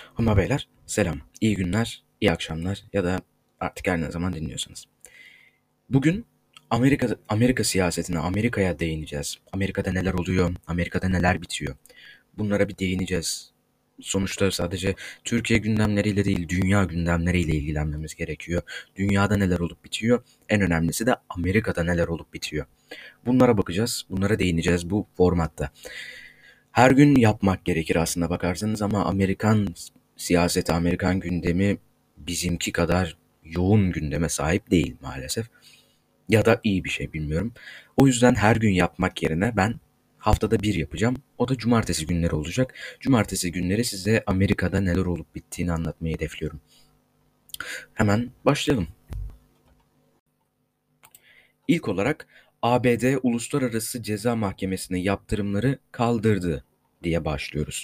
Ama beyler selam, iyi günler, iyi akşamlar ya da artık her ne zaman dinliyorsanız. Bugün Amerika siyasetine, Amerika'ya değineceğiz. Amerika'da neler oluyor, Amerika'da neler bitiyor. Bunlara bir değineceğiz. Sonuçta sadece Türkiye gündemleriyle değil, dünya gündemleriyle ilgilenmemiz gerekiyor. Dünyada neler olup bitiyor, en önemlisi de Amerika'da neler olup bitiyor. Bunlara bakacağız, bunlara değineceğiz bu formatta. Her gün yapmak gerekir aslında bakarsanız ama Amerikan siyaseti, Amerikan gündemi bizimki kadar yoğun gündeme sahip değil maalesef. Ya da iyi bir şey bilmiyorum. O yüzden her gün yapmak yerine ben haftada bir yapacağım. O da cumartesi günleri olacak. Cumartesi günleri size Amerika'da neler olup bittiğini anlatmayı hedefliyorum. Hemen başlayalım. İlk olarak ABD Uluslararası Ceza Mahkemesi'ne yaptırımları kaldırdı diye başlıyoruz.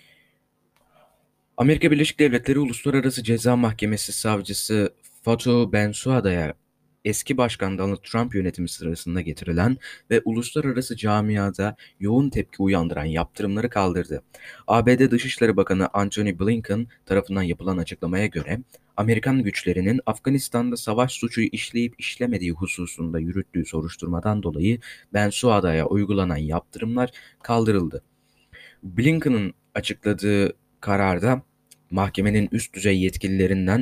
Amerika Birleşik Devletleri Uluslararası Ceza Mahkemesi savcısı Fatou Bensouada'ya eski başkan Donald Trump yönetimi sırasında getirilen ve uluslararası camiada yoğun tepki uyandıran yaptırımları kaldırdı. ABD Dışişleri Bakanı Antony Blinken tarafından yapılan açıklamaya göre Amerikan güçlerinin Afganistan'da savaş suçu işleyip işlemediği hususunda yürüttüğü soruşturmadan dolayı Bensouada'ya uygulanan yaptırımlar kaldırıldı. Blinken'ın açıkladığı kararda mahkemenin üst düzey yetkililerinden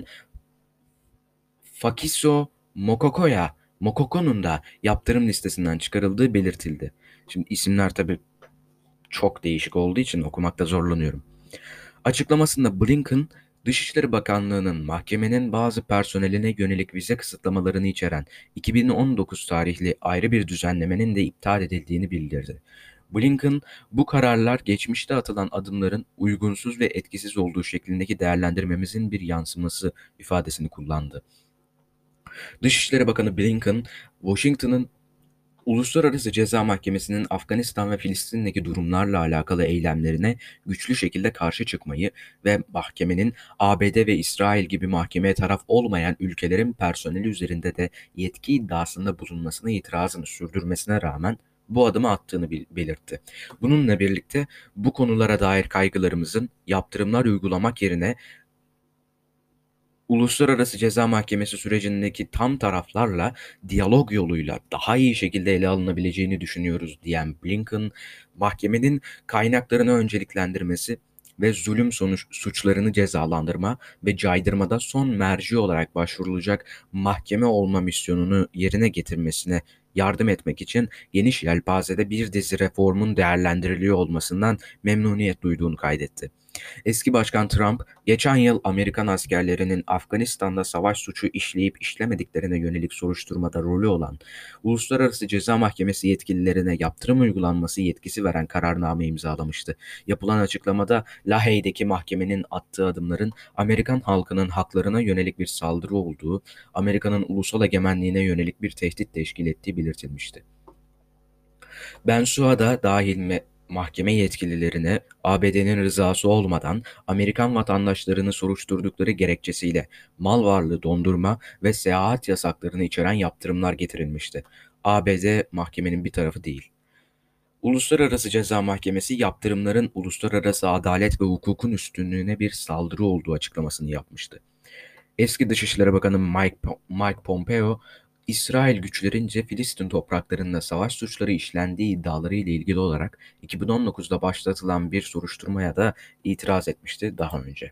Fakiso Mokoko'nun da yaptırım listesinden çıkarıldığı belirtildi. Şimdi isimler tabii çok değişik olduğu için okumakta zorlanıyorum. Açıklamasında Blinken, Dışişleri Bakanlığı'nın mahkemenin bazı personeline yönelik vize kısıtlamalarını içeren 2019 tarihli ayrı bir düzenlemenin de iptal edildiğini bildirdi. Blinken, bu kararlar geçmişte atılan adımların uygunsuz ve etkisiz olduğu şeklindeki değerlendirmemizin bir yansıması ifadesini kullandı. Dışişleri Bakanı Blinken, Washington'ın Uluslararası Ceza Mahkemesi'nin Afganistan ve Filistin'deki durumlarla alakalı eylemlerine güçlü şekilde karşı çıkmayı ve mahkemenin ABD ve İsrail gibi mahkemeye taraf olmayan ülkelerin personeli üzerinde de yetki iddiasında bulunmasına itirazını sürdürmesine rağmen bu adımı attığını belirtti. Bununla birlikte bu konulara dair kaygılarımızın yaptırımlar uygulamak yerine Uluslararası Ceza Mahkemesi sürecindeki tam taraflarla diyalog yoluyla daha iyi şekilde ele alınabileceğini düşünüyoruz diyen Blinken, mahkemenin kaynaklarını önceliklendirmesi ve suçlarını cezalandırma ve caydırmada son merci olarak başvurulacak mahkeme olma misyonunu yerine getirmesine yardım etmek için geniş yelpazede bir dizi reformun değerlendiriliyor olmasından memnuniyet duyduğunu kaydetti. Eski Başkan Trump, geçen yıl Amerikan askerlerinin Afganistan'da savaş suçu işleyip işlemediklerine yönelik soruşturmada rolü olan Uluslararası Ceza Mahkemesi yetkililerine yaptırım uygulanması yetkisi veren kararname imzalamıştı. Yapılan açıklamada Lahey'deki mahkemenin attığı adımların Amerikan halkının haklarına yönelik bir saldırı olduğu, Amerika'nın ulusal egemenliğine yönelik bir tehdit teşkil ettiği belirtilmişti. Bensouda dahil mahkeme yetkililerine ABD'nin rızası olmadan Amerikan vatandaşlarını soruşturdukları gerekçesiyle mal varlığı dondurma ve seyahat yasaklarını içeren yaptırımlar getirilmişti. ABD mahkemenin bir tarafı değil. Uluslararası Ceza Mahkemesi yaptırımların uluslararası adalet ve hukukun üstünlüğüne bir saldırı olduğu açıklamasını yapmıştı. Eski Dışişleri Bakanı Mike Pompeo, İsrail güçlerince Filistin topraklarında savaş suçları işlendiği iddiaları ile ilgili olarak 2019'da başlatılan bir soruşturmaya da itiraz etmişti daha önce.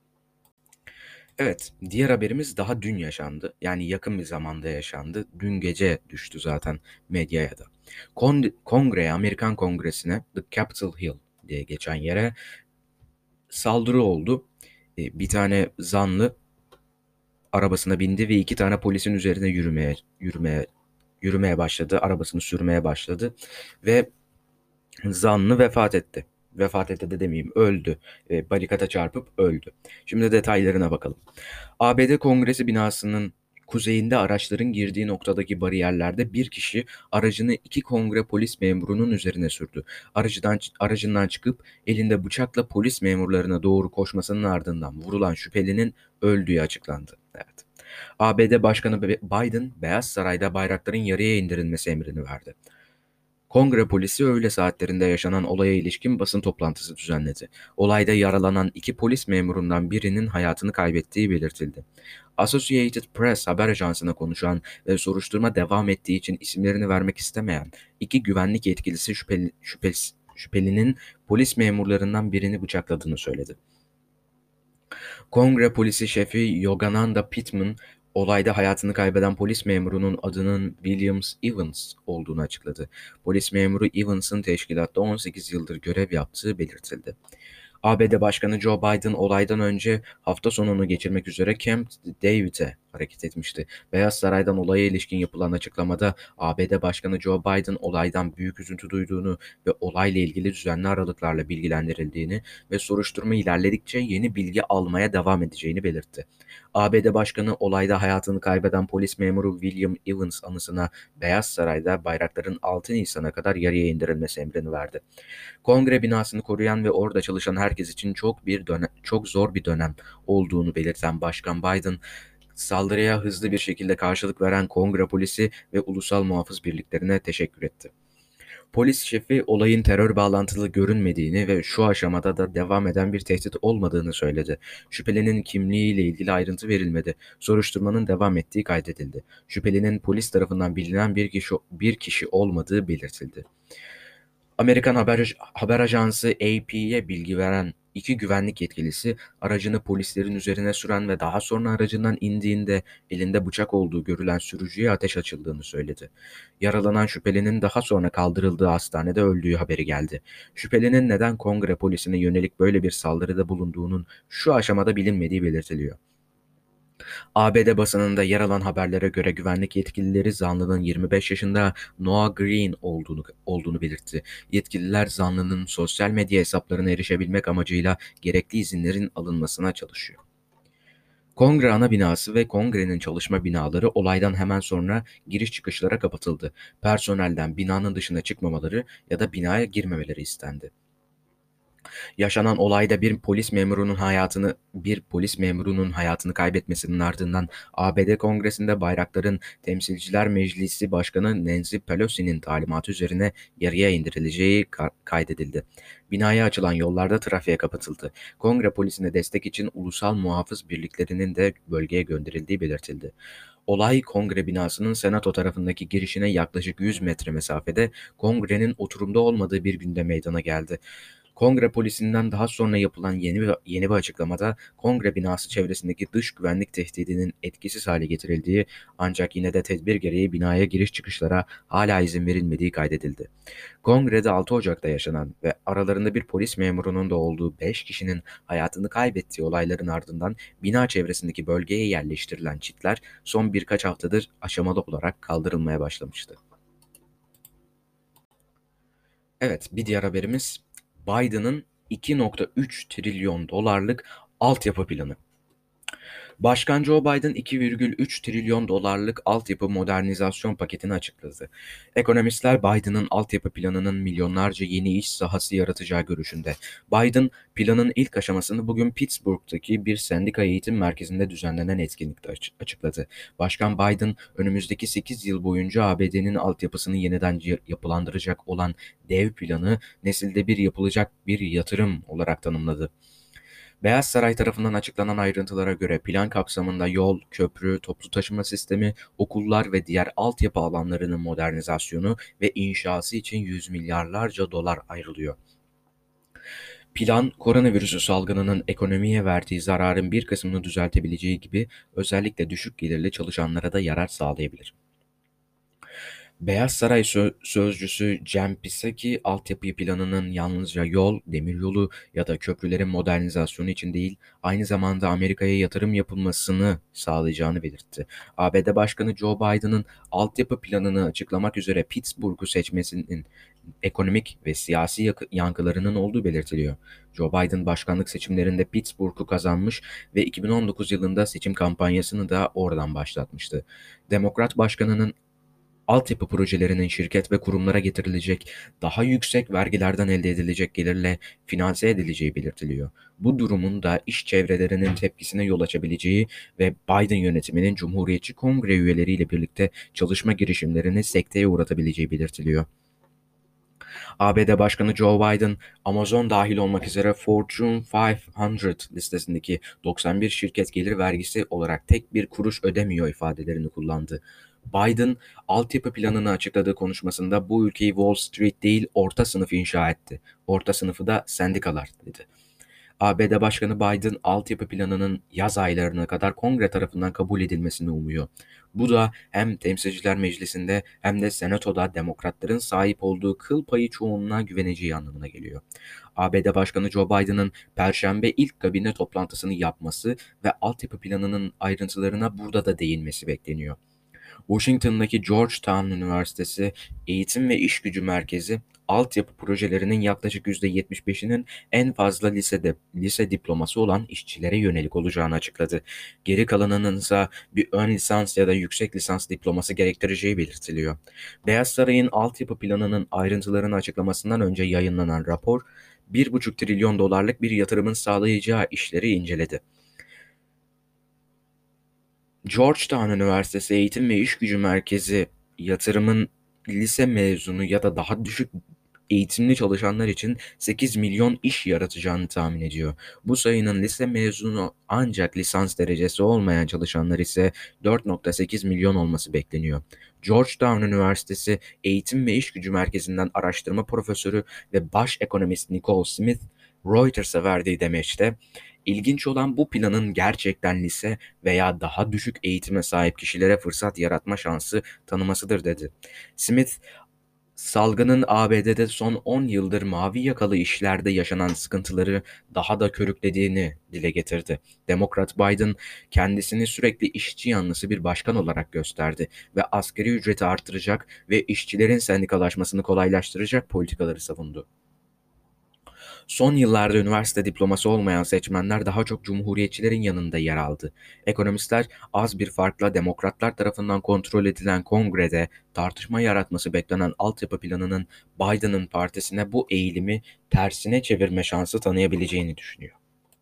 Evet, diğer haberimiz daha dün yaşandı. Yani yakın bir zamanda yaşandı. Dün gece düştü zaten medyaya da. Kongreye, Amerikan Kongresi'ne The Capitol Hill diye geçen yere saldırı oldu. Bir tane zanlı arabasına bindi ve iki tane polisin üzerine yürümeye başladı. Arabasını sürmeye başladı ve zanlı vefat etti. Vefat etti de demeyeyim, öldü. Barikata çarpıp öldü. Şimdi detaylarına bakalım. ABD Kongresi binasının kuzeyinde araçların girdiği noktadaki bariyerlerde bir kişi aracını iki kongre polis memurunun üzerine sürdü. Aracından çıkıp elinde bıçakla polis memurlarına doğru koşmasının ardından vurulan şüphelinin öldüğü açıklandı. Evet. ABD Başkanı Biden, Beyaz Saray'da bayrakların yarıya indirilmesi emrini verdi. Kongre polisi öğle saatlerinde yaşanan olaya ilişkin basın toplantısı düzenledi. Olayda yaralanan 2 polis memurundan birinin hayatını kaybettiği belirtildi. Associated Press haber ajansına konuşan ve soruşturma devam ettiği için isimlerini vermek istemeyen 2 güvenlik yetkilisi şüphelinin polis memurlarından birini bıçakladığını söyledi. Kongre polisi şefi Yogananda Pittman, olayda hayatını kaybeden polis memurunun adının Williams Evans olduğunu açıkladı. Polis memuru Evans'ın teşkilatta 18 yıldır görev yaptığı belirtildi. ABD Başkanı Joe Biden olaydan önce hafta sonunu geçirmek üzere Camp David'e hareket etmişti. Beyaz Saray'dan olaya ilişkin yapılan açıklamada ABD Başkanı Joe Biden olaydan büyük üzüntü duyduğunu ve olayla ilgili düzenli aralıklarla bilgilendirildiğini ve soruşturma ilerledikçe yeni bilgi almaya devam edeceğini belirtti. ABD Başkanı olayda hayatını kaybeden polis memuru William Evans anısına Beyaz Saray'da bayrakların 6 Nisan'a kadar yarıya indirilmesi emrini verdi. Kongre binasını koruyan ve orada çalışan herkes için çok zor bir dönem olduğunu belirten Başkan Biden, saldırıya hızlı bir şekilde karşılık veren Kongre polisi ve ulusal muhafız birliklerine teşekkür etti. Polis şefi olayın terör bağlantılı görünmediğini ve şu aşamada da devam eden bir tehdit olmadığını söyledi. Şüphelinin kimliğiyle ilgili ayrıntı verilmedi. Soruşturmanın devam ettiği kaydedildi. Şüphelinin polis tarafından bilinen bir kişi olmadığı belirtildi. Amerikan haber ajansı AP'ye bilgi veren 2 güvenlik yetkilisi, aracını polislerin üzerine süren ve daha sonra aracından indiğinde elinde bıçak olduğu görülen sürücüye ateş açıldığını söyledi. Yaralanan şüphelinin daha sonra kaldırıldığı hastanede öldüğü haberi geldi. Şüphelinin neden Kongre polisine yönelik böyle bir saldırıda bulunduğunun şu aşamada bilinmediği belirtiliyor. ABD basınında yer alan haberlere göre güvenlik yetkilileri zanlının 25 yaşında Noah Green olduğunu belirtti. Yetkililer zanlının sosyal medya hesaplarına erişebilmek amacıyla gerekli izinlerin alınmasına çalışıyor. Kongre ana binası ve kongrenin çalışma binaları olaydan hemen sonra giriş çıkışlara kapatıldı. Personelden binanın dışına çıkmamaları ya da binaya girmemeleri istendi. Yaşanan olayda bir polis memurunun hayatını kaybetmesinin ardından ABD Kongresi'nde bayrakların Temsilciler Meclisi Başkanı Nancy Pelosi'nin talimatı üzerine yarıya indirileceği kaydedildi. Binaya açılan yollarda trafiğe kapatıldı. Kongre polisine destek için ulusal muhafız birliklerinin de bölgeye gönderildiği belirtildi. Olay Kongre binasının Senato tarafındaki girişine yaklaşık 100 metre mesafede, Kongre'nin oturumda olmadığı bir günde meydana geldi. Kongre polisinden daha sonra yapılan yeni bir açıklamada Kongre binası çevresindeki dış güvenlik tehdidinin etkisiz hale getirildiği, ancak yine de tedbir gereği binaya giriş çıkışlara hala izin verilmediği kaydedildi. Kongrede 6 Ocak'ta yaşanan ve aralarında bir polis memurunun da olduğu 5 kişinin hayatını kaybettiği olayların ardından bina çevresindeki bölgeye yerleştirilen çitler son birkaç haftadır aşamalı olarak kaldırılmaya başlamıştı. Evet, bir diğer haberimiz Biden'ın 2,3 trilyon dolarlık altyapı planı. Başkan Joe Biden 2,3 trilyon dolarlık altyapı modernizasyon paketini açıkladı. Ekonomistler Biden'ın altyapı planının milyonlarca yeni iş sahası yaratacağı görüşünde. Biden, planın ilk aşamasını bugün Pittsburgh'taki bir sendika eğitim merkezinde düzenlenen etkinlikte açıkladı. Başkan Biden, önümüzdeki 8 yıl boyunca ABD'nin altyapısını yeniden yapılandıracak olan dev planı nesilde bir yapılacak bir yatırım olarak tanımladı. Beyaz Saray tarafından açıklanan ayrıntılara göre plan kapsamında yol, köprü, toplu taşıma sistemi, okullar ve diğer altyapı alanlarının modernizasyonu ve inşası için yüz milyarlarca dolar ayrılıyor. Plan, koronavirüsü salgınının ekonomiye verdiği zararın bir kısmını düzeltebileceği gibi özellikle düşük gelirli çalışanlara da yarar sağlayabilir. Beyaz Saray sözcüsü Jen Psaki, altyapı planının yalnızca yol, demiryolu ya da köprülerin modernizasyonu için değil, aynı zamanda Amerika'ya yatırım yapılmasını sağlayacağını belirtti. ABD Başkanı Joe Biden'ın altyapı planını açıklamak üzere Pittsburgh'u seçmesinin ekonomik ve siyasi yankılarının olduğu belirtiliyor. Joe Biden başkanlık seçimlerinde Pittsburgh'u kazanmış ve 2019 yılında seçim kampanyasını da oradan başlatmıştı. Demokrat başkanının altyapı projelerinin şirket ve kurumlara getirilecek daha yüksek vergilerden elde edilecek gelirle finanse edileceği belirtiliyor. Bu durumun da iş çevrelerinin tepkisine yol açabileceği ve Biden yönetiminin Cumhuriyetçi Kongre üyeleriyle birlikte çalışma girişimlerini sekteye uğratabileceği belirtiliyor. ABD Başkanı Joe Biden, Amazon dahil olmak üzere Fortune 500 listesindeki 91 şirket gelir vergisi olarak tek bir kuruş ödemiyor ifadelerini kullandı. Biden, altyapı planını açıkladığı konuşmasında bu ülkeyi Wall Street değil orta sınıf inşa etti. Orta sınıfı da sendikalar dedi. ABD Başkanı Biden altyapı planının yaz aylarına kadar Kongre tarafından kabul edilmesini umuyor. Bu da hem Temsilciler Meclisi'nde hem de Senato'da Demokratların sahip olduğu kıl payı çoğunluğa güveneceği anlamına geliyor. ABD Başkanı Joe Biden'ın Perşembe ilk kabine toplantısını yapması ve altyapı planının ayrıntılarına burada da değinmesi bekleniyor. Washington'daki Georgetown Üniversitesi Eğitim ve İşgücü Merkezi, altyapı projelerinin yaklaşık %75'inin en fazla lise diploması olan işçilere yönelik olacağını açıkladı. Geri kalanının ise bir ön lisans ya da yüksek lisans diploması gerektireceği belirtiliyor. Beyaz Saray'ın altyapı planının ayrıntılarını açıklamasından önce yayınlanan rapor, 1,5 trilyon dolarlık bir yatırımın sağlayacağı işleri inceledi. Georgetown Üniversitesi Eğitim ve İşgücü Merkezi yatırımın lise mezunu ya da daha düşük eğitimli çalışanlar için 8 milyon iş yaratacağını tahmin ediyor. Bu sayının lise mezunu ancak lisans derecesi olmayan çalışanlar ise 4,8 milyon olması bekleniyor. Georgetown Üniversitesi Eğitim ve İşgücü Merkezi'nden araştırma profesörü ve baş ekonomist Nicole Smith, Reuters'a verdiği demeçte, İlginç olan bu planın gerçekten lise veya daha düşük eğitime sahip kişilere fırsat yaratma şansı tanımasıdır dedi. Smith, salgının ABD'de son 10 yıldır mavi yakalı işlerde yaşanan sıkıntıları daha da körüklediğini dile getirdi. Demokrat Biden kendisini sürekli işçi yanlısı bir başkan olarak gösterdi ve asgari ücreti artıracak ve işçilerin sendikalaşmasını kolaylaştıracak politikaları savundu. Son yıllarda üniversite diploması olmayan seçmenler daha çok cumhuriyetçilerin yanında yer aldı. Ekonomistler az bir farkla demokratlar tarafından kontrol edilen Kongre'de tartışma yaratması beklenen altyapı planının Biden'ın partisine bu eğilimi tersine çevirme şansı tanıyabileceğini düşünüyor.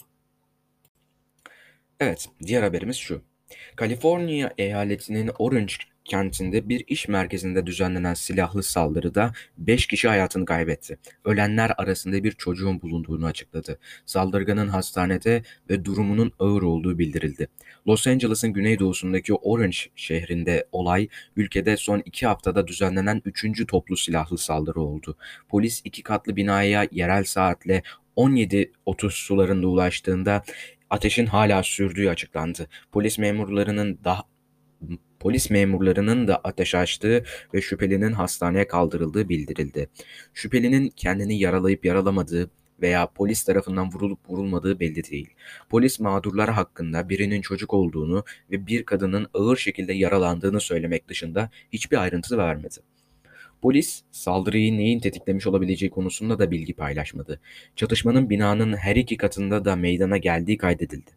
Evet, diğer haberimiz şu. Kaliforniya eyaletinin Orange kentinde bir iş merkezinde düzenlenen silahlı saldırıda 5 kişi hayatını kaybetti. Ölenler arasında bir çocuğun bulunduğunu açıkladı. Saldırganın hastanede ve durumunun ağır olduğu bildirildi. Los Angeles'ın güneydoğusundaki Orange şehrinde olay, ülkede son 2 haftada düzenlenen 3. toplu silahlı saldırı oldu. Polis 2 katlı binaya yerel saatle 17:30 sularında ulaştığında ateşin hala sürdüğü açıklandı. Polis memurlarının da ateş açtığı ve şüphelinin hastaneye kaldırıldığı bildirildi. Şüphelinin kendini yaralayıp yaralamadığı veya polis tarafından vurulup vurulmadığı belli değil. Polis mağdurlar hakkında birinin çocuk olduğunu ve bir kadının ağır şekilde yaralandığını söylemek dışında hiçbir ayrıntı vermedi. Polis, saldırıyı neyin tetiklemiş olabileceği konusunda da bilgi paylaşmadı. Çatışmanın binanın her iki katında da meydana geldiği kaydedildi.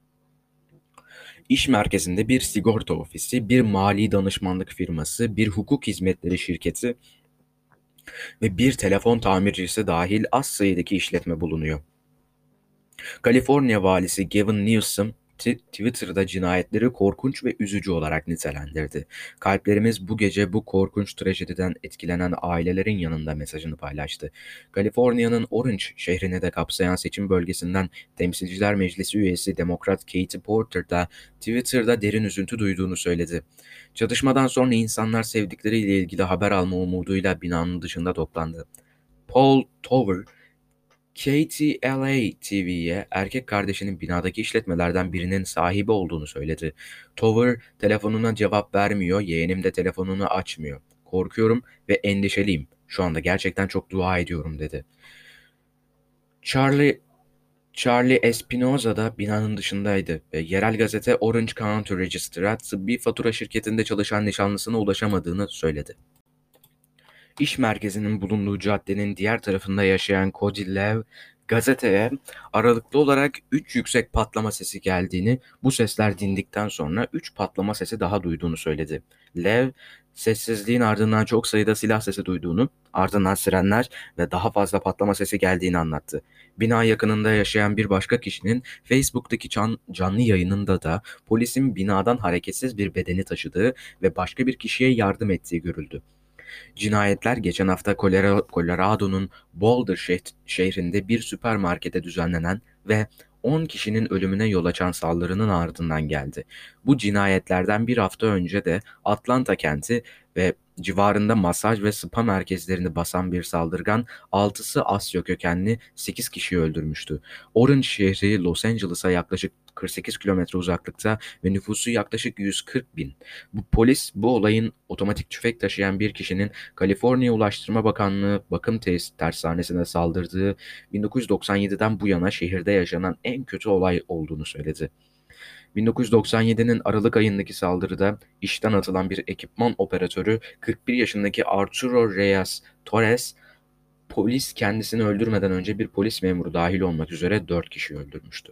İş merkezinde bir sigorta ofisi, bir mali danışmanlık firması, bir hukuk hizmetleri şirketi ve bir telefon tamircisi dahil az sayıdaki işletme bulunuyor. Kaliforniya valisi Gavin Newsom, Twitter'da cinayetleri korkunç ve üzücü olarak nitelendirdi. Kalplerimiz bu gece bu korkunç trajediden etkilenen ailelerin yanında mesajını paylaştı. Kaliforniya'nın Orange şehrini de kapsayan seçim bölgesinden Temsilciler Meclisi üyesi Demokrat Katie Porter da Twitter'da derin üzüntü duyduğunu söyledi. Çatışmadan sonra insanlar sevdikleriyle ilgili haber alma umuduyla binanın dışında toplandı. Paul Tower, KTLA TV'ye erkek kardeşinin binadaki işletmelerden birinin sahibi olduğunu söyledi. Tower, telefonuna cevap vermiyor, yeğenim de telefonunu açmıyor. Korkuyorum ve endişeliyim. Şu anda gerçekten çok dua ediyorum dedi. Charlie Espinoza da binanın dışındaydı ve yerel gazete Orange County Register'a tıbbi fatura şirketinde çalışan nişanlısına ulaşamadığını söyledi. İş merkezinin bulunduğu caddenin diğer tarafında yaşayan Cody Lev, gazeteye aralıklı olarak 3 yüksek patlama sesi geldiğini, bu sesler dindikten sonra 3 patlama sesi daha duyduğunu söyledi. Lev, sessizliğin ardından çok sayıda silah sesi duyduğunu, ardından sirenler ve daha fazla patlama sesi geldiğini anlattı. Bina yakınında yaşayan bir başka kişinin Facebook'taki canlı yayınında da polisin binadan hareketsiz bir bedeni taşıdığı ve başka bir kişiye yardım ettiği görüldü. Cinayetler geçen hafta Colorado'nun Boulder şehrinde bir süpermarkete düzenlenen ve 10 kişinin ölümüne yol açan saldırının ardından geldi. Bu cinayetlerden bir hafta önce de Atlanta kenti ve civarında masaj ve spa merkezlerini basan bir saldırgan 6'sı Asya kökenli 8 kişiyi öldürmüştü. Orange şehri Los Angeles'a yaklaşık 48 kilometre uzaklıkta ve nüfusu yaklaşık 140 bin. Bu olayın otomatik tüfek taşıyan bir kişinin Kaliforniya Ulaştırma Bakanlığı bakım tersanesine saldırdığı 1997'den bu yana şehirde yaşanan en kötü olay olduğunu söyledi. 1997'nin Aralık ayındaki saldırıda işten atılan bir ekipman operatörü 41 yaşındaki Arturo Reyes Torres, polis kendisini öldürmeden önce bir polis memuru dahil olmak üzere 4 kişi öldürmüştü.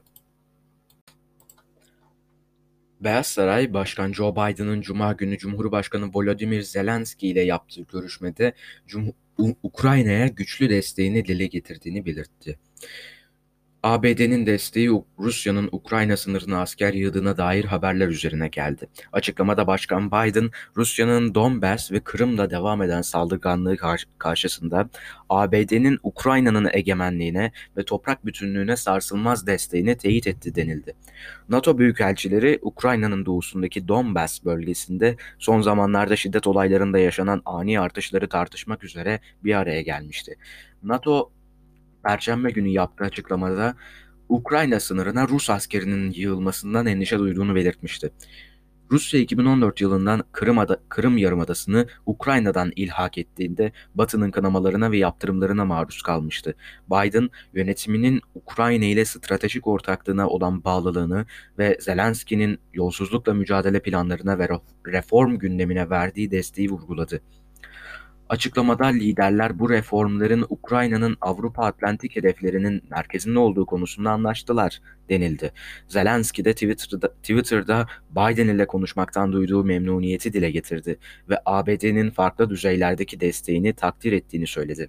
Beyaz Saray, Başkan Joe Biden'ın Cuma günü Cumhurbaşkanı Volodymyr Zelenski ile yaptığı görüşmede Ukrayna'ya güçlü desteğini dile getirdiğini belirtti. ABD'nin desteği Rusya'nın Ukrayna sınırına asker yığdığına dair haberler üzerine geldi. Açıklamada Başkan Biden, Rusya'nın Donbas ve Kırım'da devam eden saldırganlığı karşısında ABD'nin Ukrayna'nın egemenliğine ve toprak bütünlüğüne sarsılmaz desteğini teyit etti denildi. NATO büyükelçileri Ukrayna'nın doğusundaki Donbas bölgesinde son zamanlarda şiddet olaylarında yaşanan ani artışları tartışmak üzere bir araya gelmişti. NATO Perşembe günü yaptığı açıklamada Ukrayna sınırına Rus askerinin yığılmasından endişe duyduğunu belirtmişti. Rusya 2014 yılından Kırım Yarımadası'nı Ukrayna'dan ilhak ettiğinde Batı'nın kınamalarına ve yaptırımlarına maruz kalmıştı. Biden, yönetiminin Ukrayna ile stratejik ortaklığına olan bağlılığını ve Zelenski'nin yolsuzlukla mücadele planlarına ve reform gündemine verdiği desteği vurguladı. Açıklamada liderler bu reformların Ukrayna'nın Avrupa Atlantik hedeflerinin merkezinde olduğu konusunda anlaştılar denildi. Zelenski de Twitter'da Biden ile konuşmaktan duyduğu memnuniyeti dile getirdi ve ABD'nin farklı düzeylerdeki desteğini takdir ettiğini söyledi.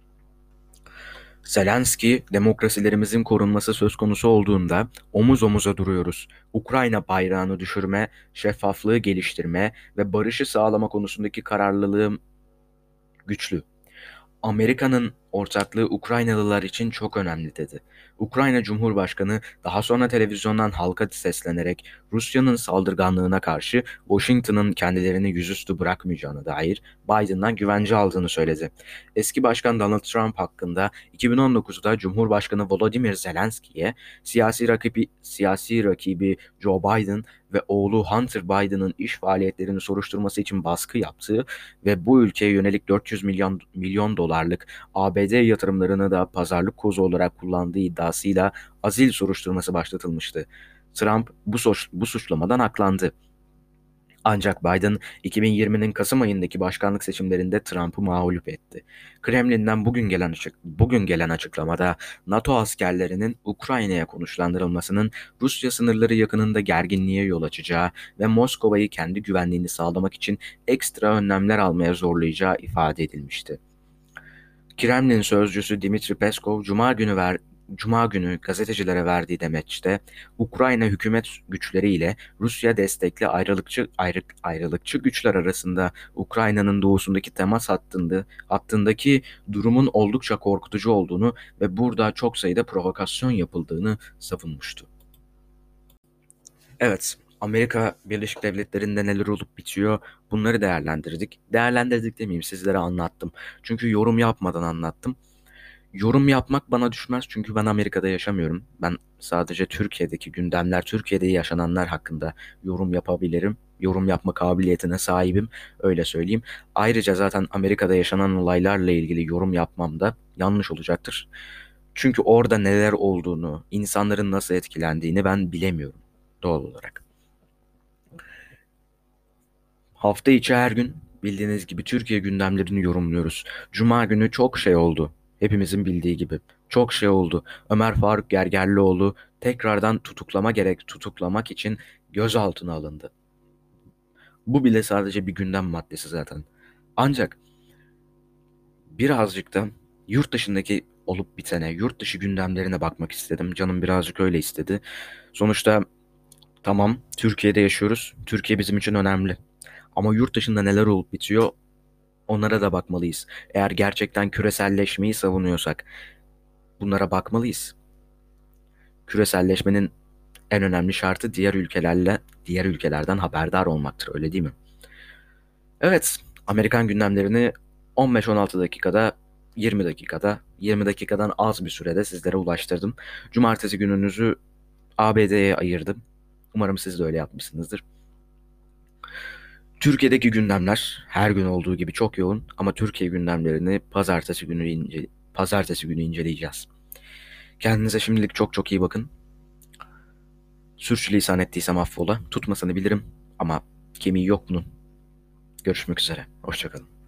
Zelenski, demokrasilerimizin korunması söz konusu olduğunda omuz omuza duruyoruz. Ukrayna bayrağını düşürme, şeffaflığı geliştirme ve barışı sağlama konusundaki kararlılığım güçlü. Amerika'nın ortaklığı Ukraynalılar için çok önemli dedi. Ukrayna Cumhurbaşkanı daha sonra televizyondan halka seslenerek Rusya'nın saldırganlığına karşı Washington'ın kendilerini yüzüstü bırakmayacağına dair Biden'dan güvence aldığını söyledi. Eski Başkan Donald Trump hakkında 2019'da Cumhurbaşkanı Volodymyr Zelenski'ye siyasi rakibi Joe Biden ve oğlu Hunter Biden'ın iş faaliyetlerini soruşturması için baskı yaptığı ve bu ülkeye yönelik 400 milyon dolarlık ABD yatırımlarını da pazarlık kozu olarak kullandığı iddiasıyla azil soruşturması başlatılmıştı. Trump bu suçlamadan aklandı. Ancak Biden 2020'nin Kasım ayındaki başkanlık seçimlerinde Trump'ı mağlup etti. Kremlin'den bugün gelen açıklamada NATO askerlerinin Ukrayna'ya konuşlandırılmasının Rusya sınırları yakınında gerginliğe yol açacağı ve Moskova'yı kendi güvenliğini sağlamak için ekstra önlemler almaya zorlayacağı ifade edilmişti. Kremlin sözcüsü Dmitri Peskov Cuma günü gazetecilere verdiği demeçte Ukrayna hükümet güçleri ile Rusya destekli ayrılıkçı güçler arasında Ukrayna'nın doğusundaki temas hattındaki durumun oldukça korkutucu olduğunu ve burada çok sayıda provokasyon yapıldığını savunmuştu. Evet, Amerika Birleşik Devletleri'nde neler olup bitiyor bunları değerlendirdik. Değerlendirdik demeyeyim, sizlere anlattım. Çünkü yorum yapmadan anlattım. Yorum yapmak bana düşmez çünkü ben Amerika'da yaşamıyorum. Ben sadece Türkiye'deki gündemler, Türkiye'de yaşananlar hakkında yorum yapabilirim. Yorum yapma kabiliyetine sahibim, öyle söyleyeyim. Ayrıca zaten Amerika'da yaşanan olaylarla ilgili yorum yapmam da yanlış olacaktır. Çünkü orada neler olduğunu, insanların nasıl etkilendiğini ben bilemiyorum doğal olarak. Hafta içi her gün bildiğiniz gibi Türkiye gündemlerini yorumluyoruz. Cuma günü çok şey oldu. Hepimizin bildiği gibi. Çok şey oldu. Ömer Faruk Gergerlioğlu tekrardan tutuklamak için gözaltına alındı. Bu bile sadece bir gündem maddesi zaten. Ancak birazcık da yurt dışındaki olup bitene, yurt dışı gündemlerine bakmak istedim. Canım birazcık öyle istedi. Sonuçta tamam, Türkiye'de yaşıyoruz. Türkiye bizim için önemli. Ama yurt dışında neler olup bitiyor Onlara da bakmalıyız. Eğer gerçekten küreselleşmeyi savunuyorsak bunlara bakmalıyız. Küreselleşmenin en önemli şartı diğer ülkelerden haberdar olmaktır, öyle değil mi? Evet, Amerikan gündemlerini 15-16 dakikada, 20 dakikada, 20 dakikadan az bir sürede sizlere ulaştırdım. Cumartesi gününüzü ABD'ye ayırdım. Umarım siz de öyle yapmışsınızdır. Türkiye'deki gündemler her gün olduğu gibi çok yoğun ama Türkiye gündemlerini pazartesi günü inceleyeceğiz. Kendinize şimdilik çok çok iyi bakın. Sürçülisan ettiysem affola. Tutmasını bilirim ama kemiği yok bunun. Görüşmek üzere. Hoşça kalın.